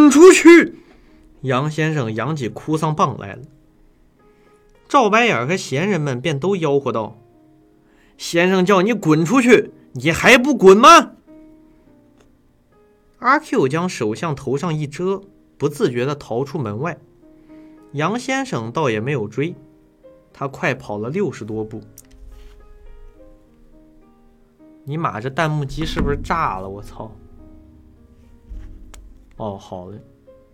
滚出去！杨先生扬起哭丧棒来了。赵白眼和闲人们便都吆喝道：先生叫你滚出去，你还不滚吗？阿 Q 将手向头上一遮，不自觉地逃出门外。杨先生倒也没有追，他快跑了60多步。你妈这弹幕机是不是炸了？我操！哦，好嘞。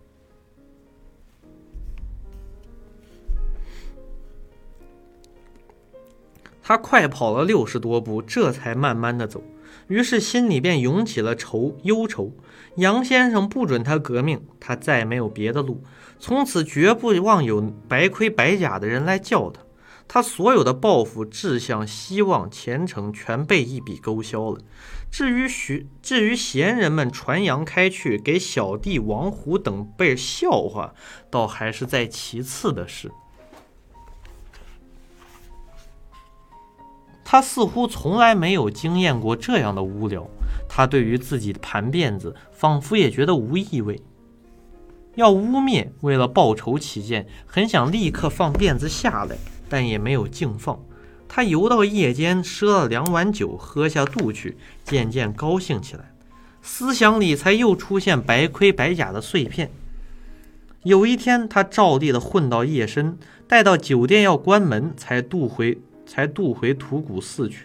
他快跑了60多步，这才慢慢的走。于是心里便涌起了忧愁。杨先生不准他革命，他再没有别的路，从此绝不望有白盔白甲的人来叫他。他所有的抱负、志向、希望、前程全被一笔勾销了。至于闲人们传扬开去，给小弟王虎等辈笑话，倒还是在其次的事。他似乎从来没有经验过这样的无聊，他对于自己的盘辫子仿佛也觉得无意味。要污蔑，为了报仇起见，很想立刻放辫子下来，但也没有净放。他游到夜间，赊了2碗酒，喝下肚去，渐渐高兴起来，思想里才又出现白盔白甲的碎片。有一天，他照例的混到夜深，待到酒店要关门，才渡回土谷寺去。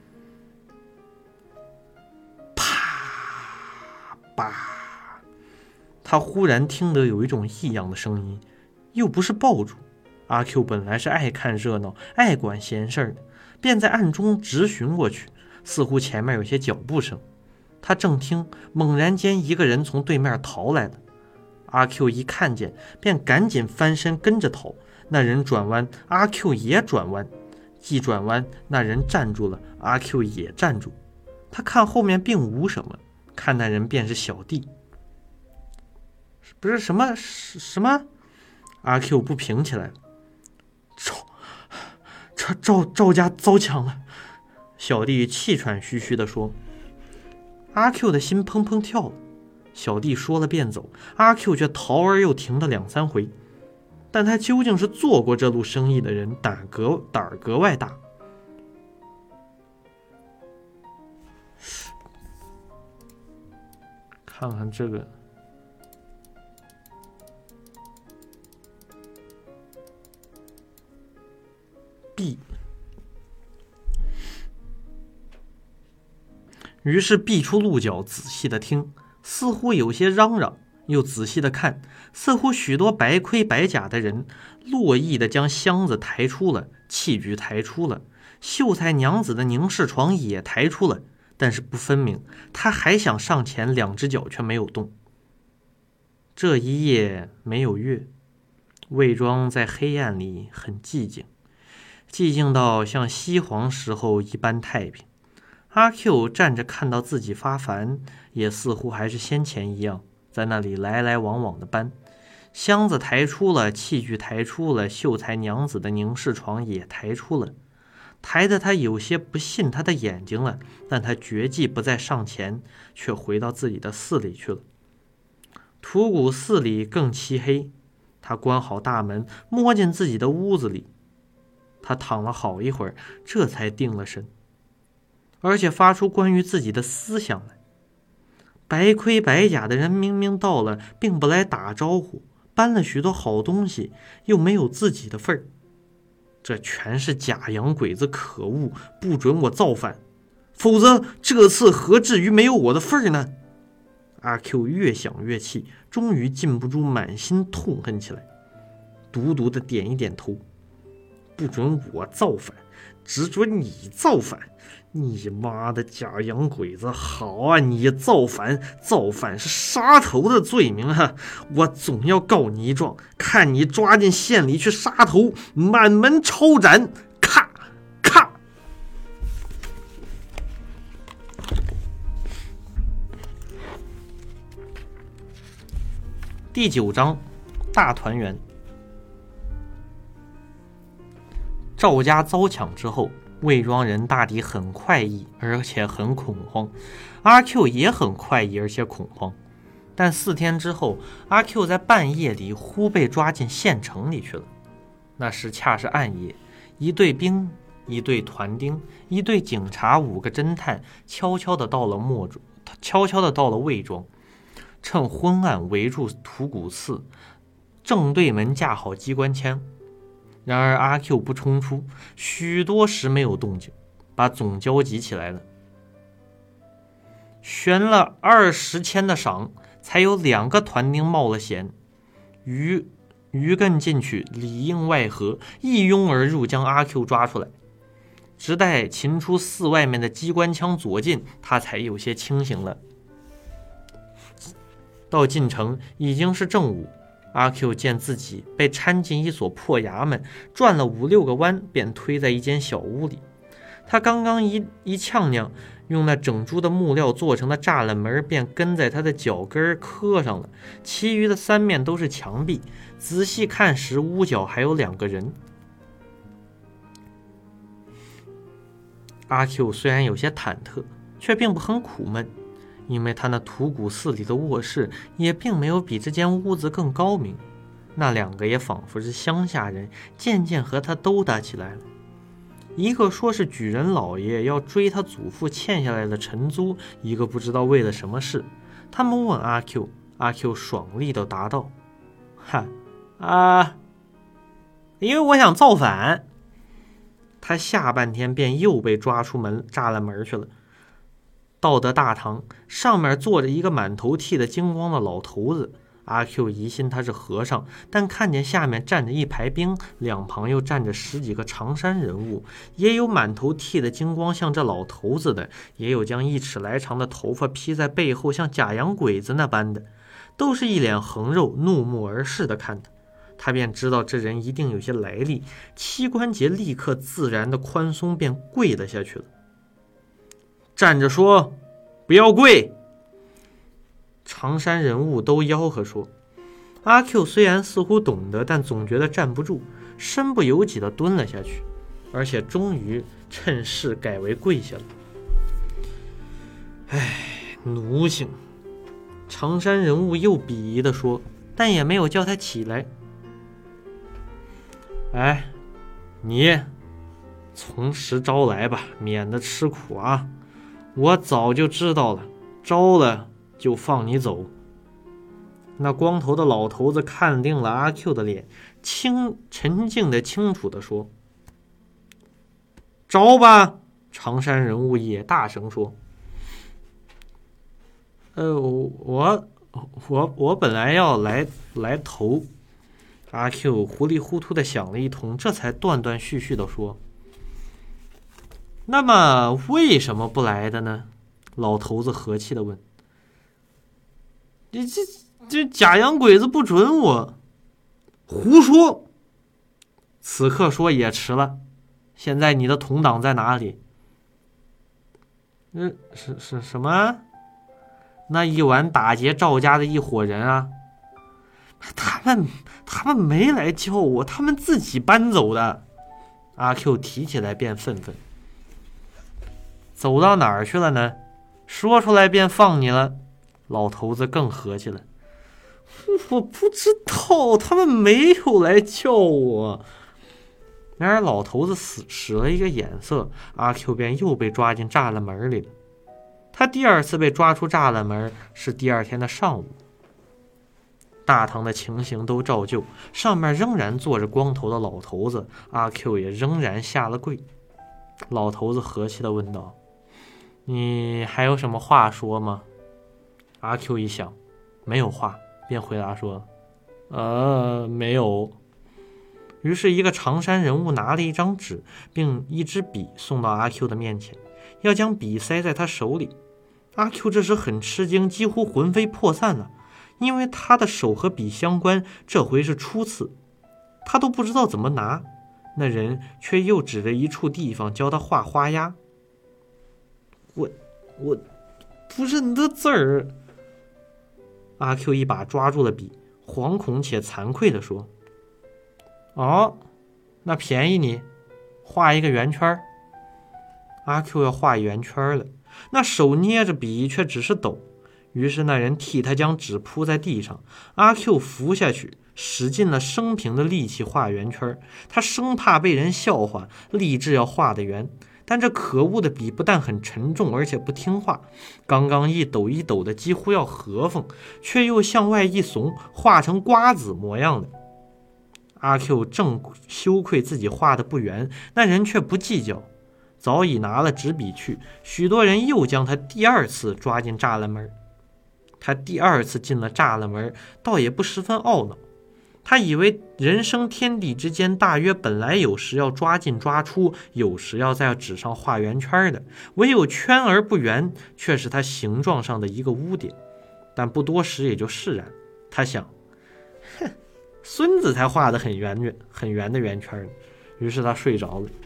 啪吧，他忽然听得有一种异样的声音，又不是爆竹。阿 Q 本来是爱看热闹、爱管闲事的，便在暗中直寻过去，似乎前面有些脚步声。他正听，猛然间一个人从对面逃来了。阿 Q 一看见，便赶紧翻身跟着逃。那人转弯，阿 Q 也转弯。一转弯，那人站住了，阿 Q 也站住。他看后面并无什么，看那人便是小弟。不是什么？阿 Q 不平起来了。赵家遭抢了，小弟气喘吁吁地说。阿 Q 的心砰砰跳了。小弟说了便走，阿 Q 却逃而又停了2、3回。但他究竟是做过这路生意的人，胆儿格外大。看看这个B，于是避出鹿角，仔细的听，似乎有些嚷嚷，又仔细的看，似乎许多白盔白甲的人乐意的将箱子抬出了，器具抬出了，秀才娘子的凝视床也抬出了，但是不分明，他还想上前，2只脚却没有动。这一夜没有月，魏庄在黑暗里很寂静，寂静到像西皇时候一般太平。阿 Q 站着看到自己发烦，也似乎还是先前一样，在那里来来往往的搬。箱子抬出了，器具抬出了，秀才娘子的凝视床也抬出了，抬得他有些不信他的眼睛了，但他决计不再上前，却回到自己的寺里去了。土谷寺里更漆黑，他关好大门，摸进自己的屋子里。他躺了好一会儿，这才定了神，而且发出关于自己的思想来。白盔白甲的人明明到了，并不来打招呼，搬了许多好东西，又没有自己的份儿。这全是假洋鬼子，可恶，不准我造反，否则这次何至于没有我的份儿呢？阿 Q 越想越气，终于禁不住满心痛恨起来，独独的点一点头。不准我造反，只准你造反！你妈的假洋鬼子，好啊！你造反是杀头的罪名啊！我总要告你一状，看你抓进县里去杀头，满门抄斩！咔咔！第9章大团圆。赵家遭抢之后，魏庄人大抵很快意，而且很恐慌。阿 Q 也很快意，而且恐慌。 但4天之后，阿 Q 在半夜里忽被抓进县城里去了。那时恰是暗夜，一队兵，一队团丁，一队警察，5个侦探悄悄地到了魏庄，趁昏暗围住土谷寺，正对门架好机关枪。然而阿 Q 不冲出，许多时没有动静，把总交集起来了，悬了20千的赏，才有2个团丁冒了险，鱼跟进去，里应外合，一拥而入，将阿 Q 抓出来。直待擒出寺外面的机关枪左近，他才有些清醒了。到进城已经是正午，阿 Q 见自己被搀进一所破衙门，转了5、6个弯，便推在一间小屋里。他刚刚一呛酿，用那整株的木料做成的栅栏门便跟在他的脚跟磕上了，其余的3面都是墙壁。仔细看时，屋角还有2个人。阿 Q 虽然有些忐忑，却并不很苦闷，因为他那土谷寺里的卧室也并没有比这间屋子更高明。那2个也仿佛是乡下人，渐渐和他兜搭起来了。一个说是举人老爷要追他祖父欠下来的陈租，一个不知道为了什么事。他们问阿 Q， 阿 Q 爽利地答道：因为我想造反。他下半天便又被抓出栅栏门去了。到得大堂，上面坐着一个满头剃得精光的老头子。阿 Q 疑心他是和尚，但看见下面站着一排兵，两旁又站着10几个长衫人物，也有满头剃得精光像这老头子的，也有将1尺来长的头发披在背后像假洋鬼子那般的，都是一脸横肉，怒目而视的看他。他便知道这人一定有些来历，膝关节立刻自然的宽松，便跪了下去了。站着说，不要跪。长衫人物都吆喝说。阿 Q 虽然似乎懂得，但总觉得站不住，身不由己地蹲了下去，而且终于趁势改为跪下了。奴性！长衫人物又鄙夷地说，但也没有叫他起来。你从实招来吧，免得吃苦啊！我早就知道了，招了就放你走。那光头的老头子看定了阿 Q 的脸，沉静的清楚地说：招吧！长衫人物也大声说：我本来要来投。阿 Q 糊里糊涂地想了一通，这才断断续续地说：那么为什么不来的呢？老头子和气地问。这假洋鬼子不准我。胡说！此刻说也迟了。现在你的同党在哪里？是什么？那一晚打劫赵家的一伙人啊。他们没来叫我，他们自己搬走的。阿 Q 提起来便愤愤。走到哪儿去了呢？说出来便放你了。老头子更和气了。我不知道，他们没有来叫我。然而老头子使了一个眼色，阿 Q 便又被抓进栅栏门里了。他第2次被抓出栅栏门是第2天的上午。大堂的情形都照旧，上面仍然坐着光头的老头子，阿 Q 也仍然下了跪。老头子和气地问道：你还有什么话说吗？阿 Q 一想没有话，便回答说：没有。于是一个长衫人物拿了一张纸并一支笔送到阿 Q 的面前，要将笔塞在他手里。阿 Q 这时很吃惊，几乎魂飞魄散了，因为他的手和笔相关，这回是初次，他都不知道怎么拿。那人却又指着一处地方教他画花押。我不认得字儿。阿 Q 一把抓住了笔，惶恐且惭愧地说：那便宜你，画一个圆圈。阿 Q 要画圆圈了，那手捏着笔却只是抖， 于是那人替他将纸铺在地上，阿 Q 扶下去，使尽了生平的力气画圆圈。他生怕被人笑话，立志要画得圆。但这可恶的笔不但很沉重，而且不听话，刚刚一抖一抖的，几乎要合缝，却又向外一耸，画成瓜子模样的。阿 Q 正羞愧自己画的不圆，那人却不计较，早已拿了纸笔去。许多人又将他第二次抓进栅栏门。他第二次进了栅栏门，倒也不十分懊恼。他以为人生天地之间，大约本来有时要抓进抓出，有时要在纸上画圆圈的，唯有圈而不圆，却是他形状上的一个污点。但不多时也就释然。他想，哼，孙子才画得很圆的圆圈呢。于是他睡着了。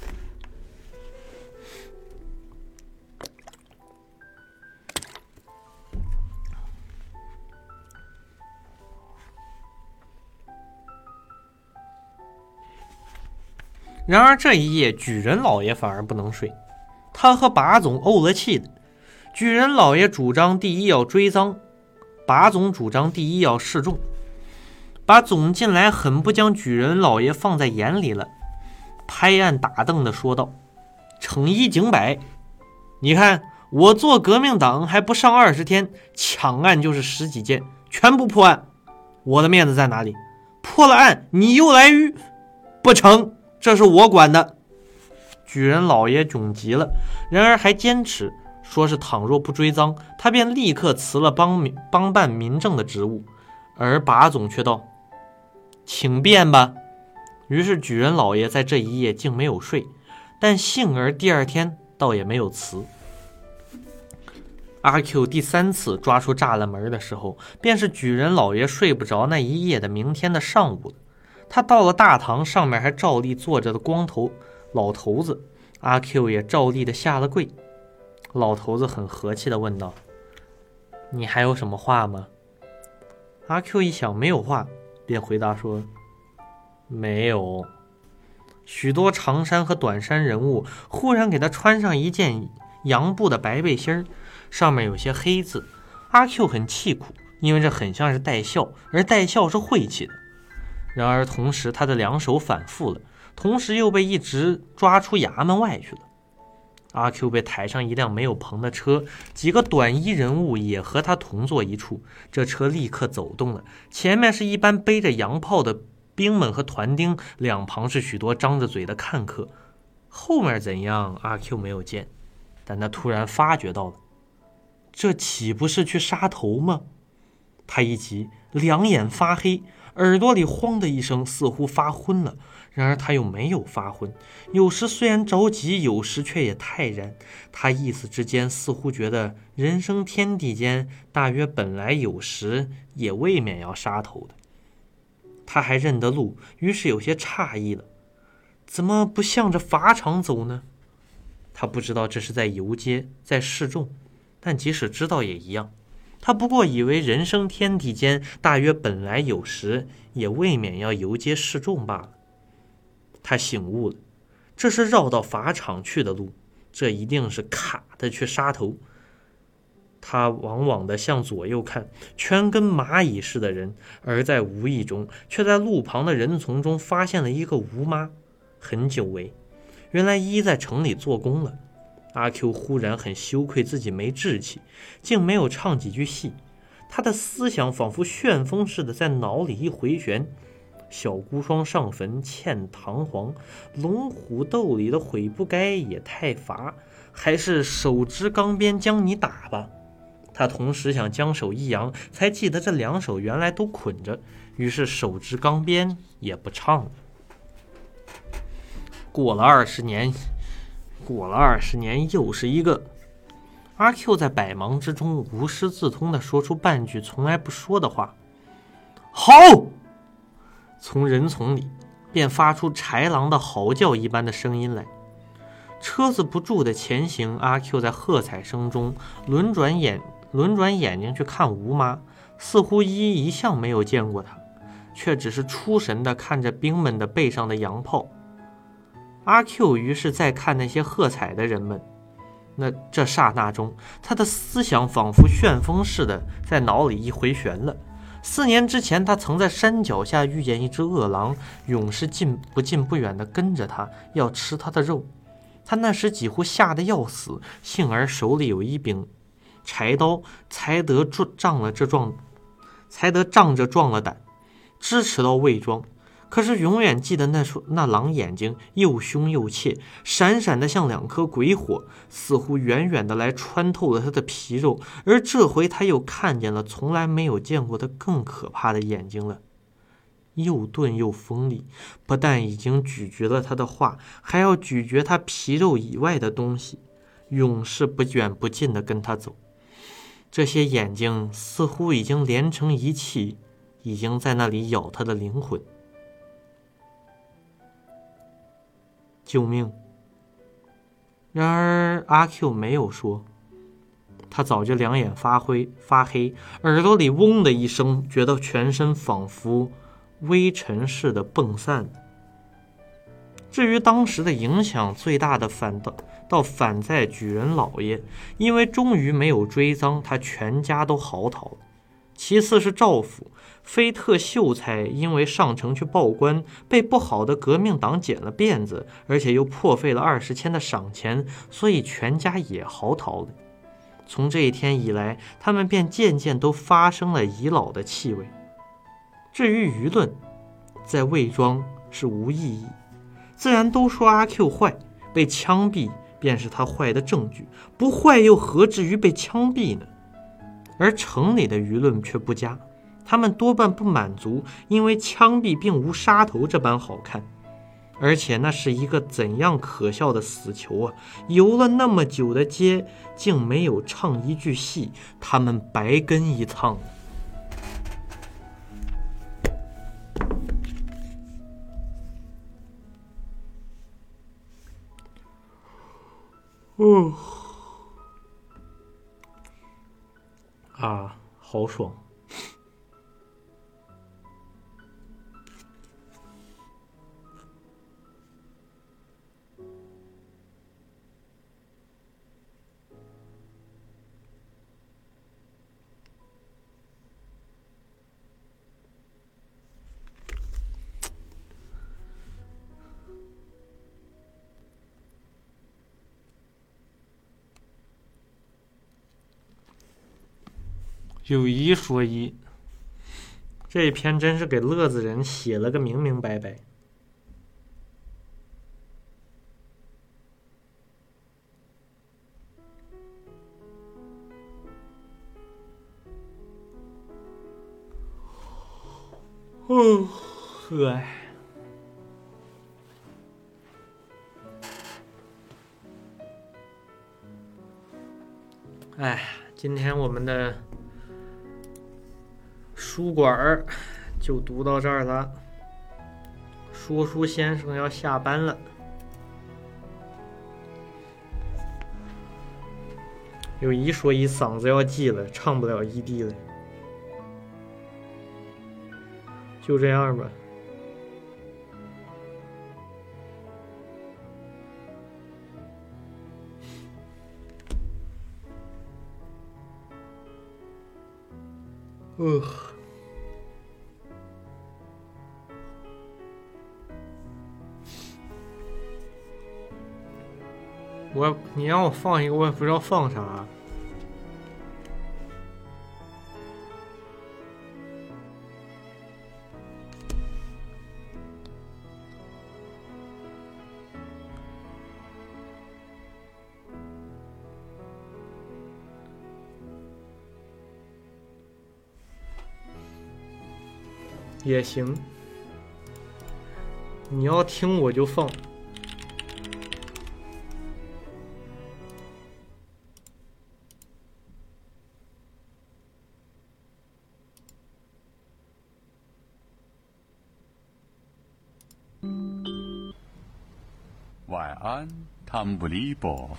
然而这一夜，举人老爷反而不能睡，他和把总怄了气的。举人老爷主张第一要追赃，把总主张第一要示众。把总进来很不将举人老爷放在眼里了，拍案打凳的说道：“惩一儆百，你看我做革命党还不上20天，抢案就是10几件，全部破案，我的面子在哪里？破了案你又来迂，不成，这是我管的。”举人老爷窘极了，然而还坚持说是倘若不追赃，他便立刻辞了帮办民政的职务。而把总却道：“请便吧。”于是举人老爷在这一夜竟没有睡，但幸而第二天倒也没有辞。阿 Q 第3次抓出栅栏门的时候，便是举人老爷睡不着那一夜的明天的上午了。他到了大堂，上面还照例坐着的光头老头子，阿 Q 也照例的下了跪。老头子很和气的问道：“你还有什么话吗？”阿 Q 一想没有话，便回答说：“没有。”许多长衫和短衫人物忽然给他穿上一件洋布的白背心，上面有些黑字。阿 Q 很气苦，因为这很像是带孝，而带孝是晦气的。然而同时他的2手反复了，同时又被一直抓出衙门外去了。阿 Q 被抬上一辆没有棚的车，几个短衣人物也和他同坐一处。这车立刻走动了，前面是一班背着洋炮的兵们和团丁，两旁是许多张着嘴的看客。后面怎样，阿 Q 没有见，但他突然发觉到了，这岂不是去杀头吗？他一急，两眼发黑，耳朵里晃的一声，似乎发昏了。然而他又没有发昏，有时虽然着急，有时却也泰然。他意思之间似乎觉得人生天地间，大约本来有时也未免要杀头的。他还认得路，于是有些诧异了，怎么不向着法场走呢？他不知道这是在游街，在示众，但即使知道也一样。他不过以为人生天地间，大约本来有时也未免要游街示众罢了。他醒悟了，这是绕到法场去的路，这一定是卡的去杀头。他往往的向左右看，全跟蚂蚁似的人，而在无意中却在路旁的人丛中发现了一个吴妈，很久违，原来一在城里做工了。阿 Q 忽然很羞愧自己没志气，竟没有唱几句戏。他的思想仿佛旋风似的在脑里一回旋，小孤孀上坟欠堂皇，龙虎斗里的悔不该也太乏，还是手执钢鞭将你打吧。他同时想将手一扬，才记得这2手原来都捆着，于是手执钢鞭也不唱了。过了20年，又是一个。阿 Q 在百忙之中无师自通地说出半句从来不说的话：“好！”从人丛里便发出豺狼的嚎叫一般的声音来。车子不住的前行，阿 Q 在喝彩声中轮转眼睛去看吴妈，似乎一向没有见过他，却只是出神地看着兵们的背上的洋炮。阿 Q 于是再看那些喝彩的人们， 这刹那中，他的思想仿佛旋风似的在脑里一回旋了。4年之前，他曾在山脚下遇见一只饿狼，勇士近不远地跟着他，要吃他的肉。他那时几乎吓得要死，幸而手里有一柄柴刀，才得仗着壮了胆，支持到魏庄。可是永远记得那狼眼睛又凶又怯，闪闪的像2颗鬼火，似乎远远的来穿透了他的皮肉。而这回他又看见了从来没有见过的更可怕的眼睛了，又钝又锋利，不但已经咀嚼了他的话，还要咀嚼他皮肉以外的东西。勇士不远不近的跟他走，这些眼睛似乎已经连成一气，已经在那里咬他的灵魂。救命！然而阿 Q 没有说，他早就两眼发黑，耳朵里嗡的一声，觉得全身仿佛微尘似的迸散。至于当时的影响最大的反在举人老爷，因为终于没有追赃，他全家都嚎啕了。其次是赵府，菲特秀才因为上城去报官，被不好的革命党剪了辫子，而且又破费了20千的赏钱，所以全家也嚎啕了。从这一天以来，他们便渐渐都发生了遗老的气味。至于舆论，在魏庄是无意义，自然都说阿 Q 坏，被枪毙便是他坏的证据，不坏又何至于被枪毙呢？而城里的舆论却不佳，他们多半不满足，因为枪毙并无杀头这般好看。而且那是一个怎样可笑的死囚啊！游了那么久的街，竟没有唱一句戏，他们白跟一趟了。好爽。有一说一，这一篇真是给乐子人写了个明明白白。今天我们的书馆就读到这儿了，说书先生要下班了。有一说一，嗓子要记了，唱不了ED了，就这样吧。你让我放一个，我也不知道放啥。也行，你要听我就放。 晚安，汤布利波。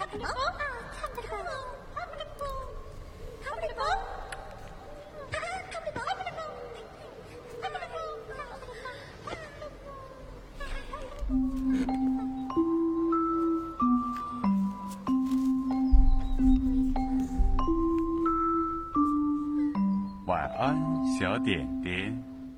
小点点。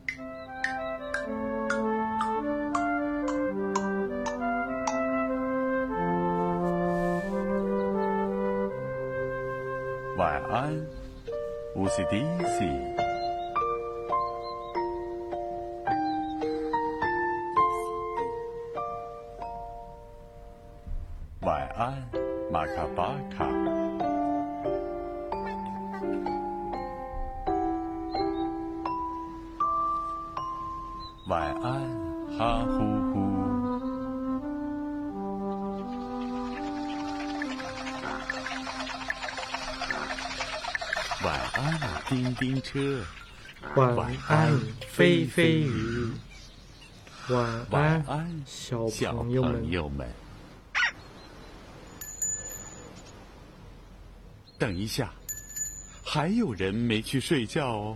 晚安，我是 Daisy。晚安，马卡巴卡。晚安，哈呼呼。晚安，叮叮车。 晚安，飞飞鱼。晚晚安， 安， 小小朋友们。 朋友们。等一下，还有人没去睡觉哦。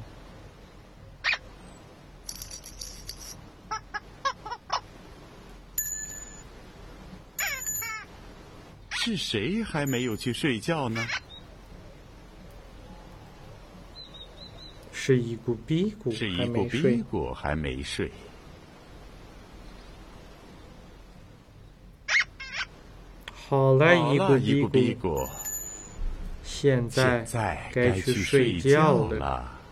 是谁还没有去睡觉呢？ 是一股逼股是还一股逼没睡。 股还没睡。 好了， 好了，一股一股逼股， 逼股， 现在现在该该去去睡睡觉觉了。 了。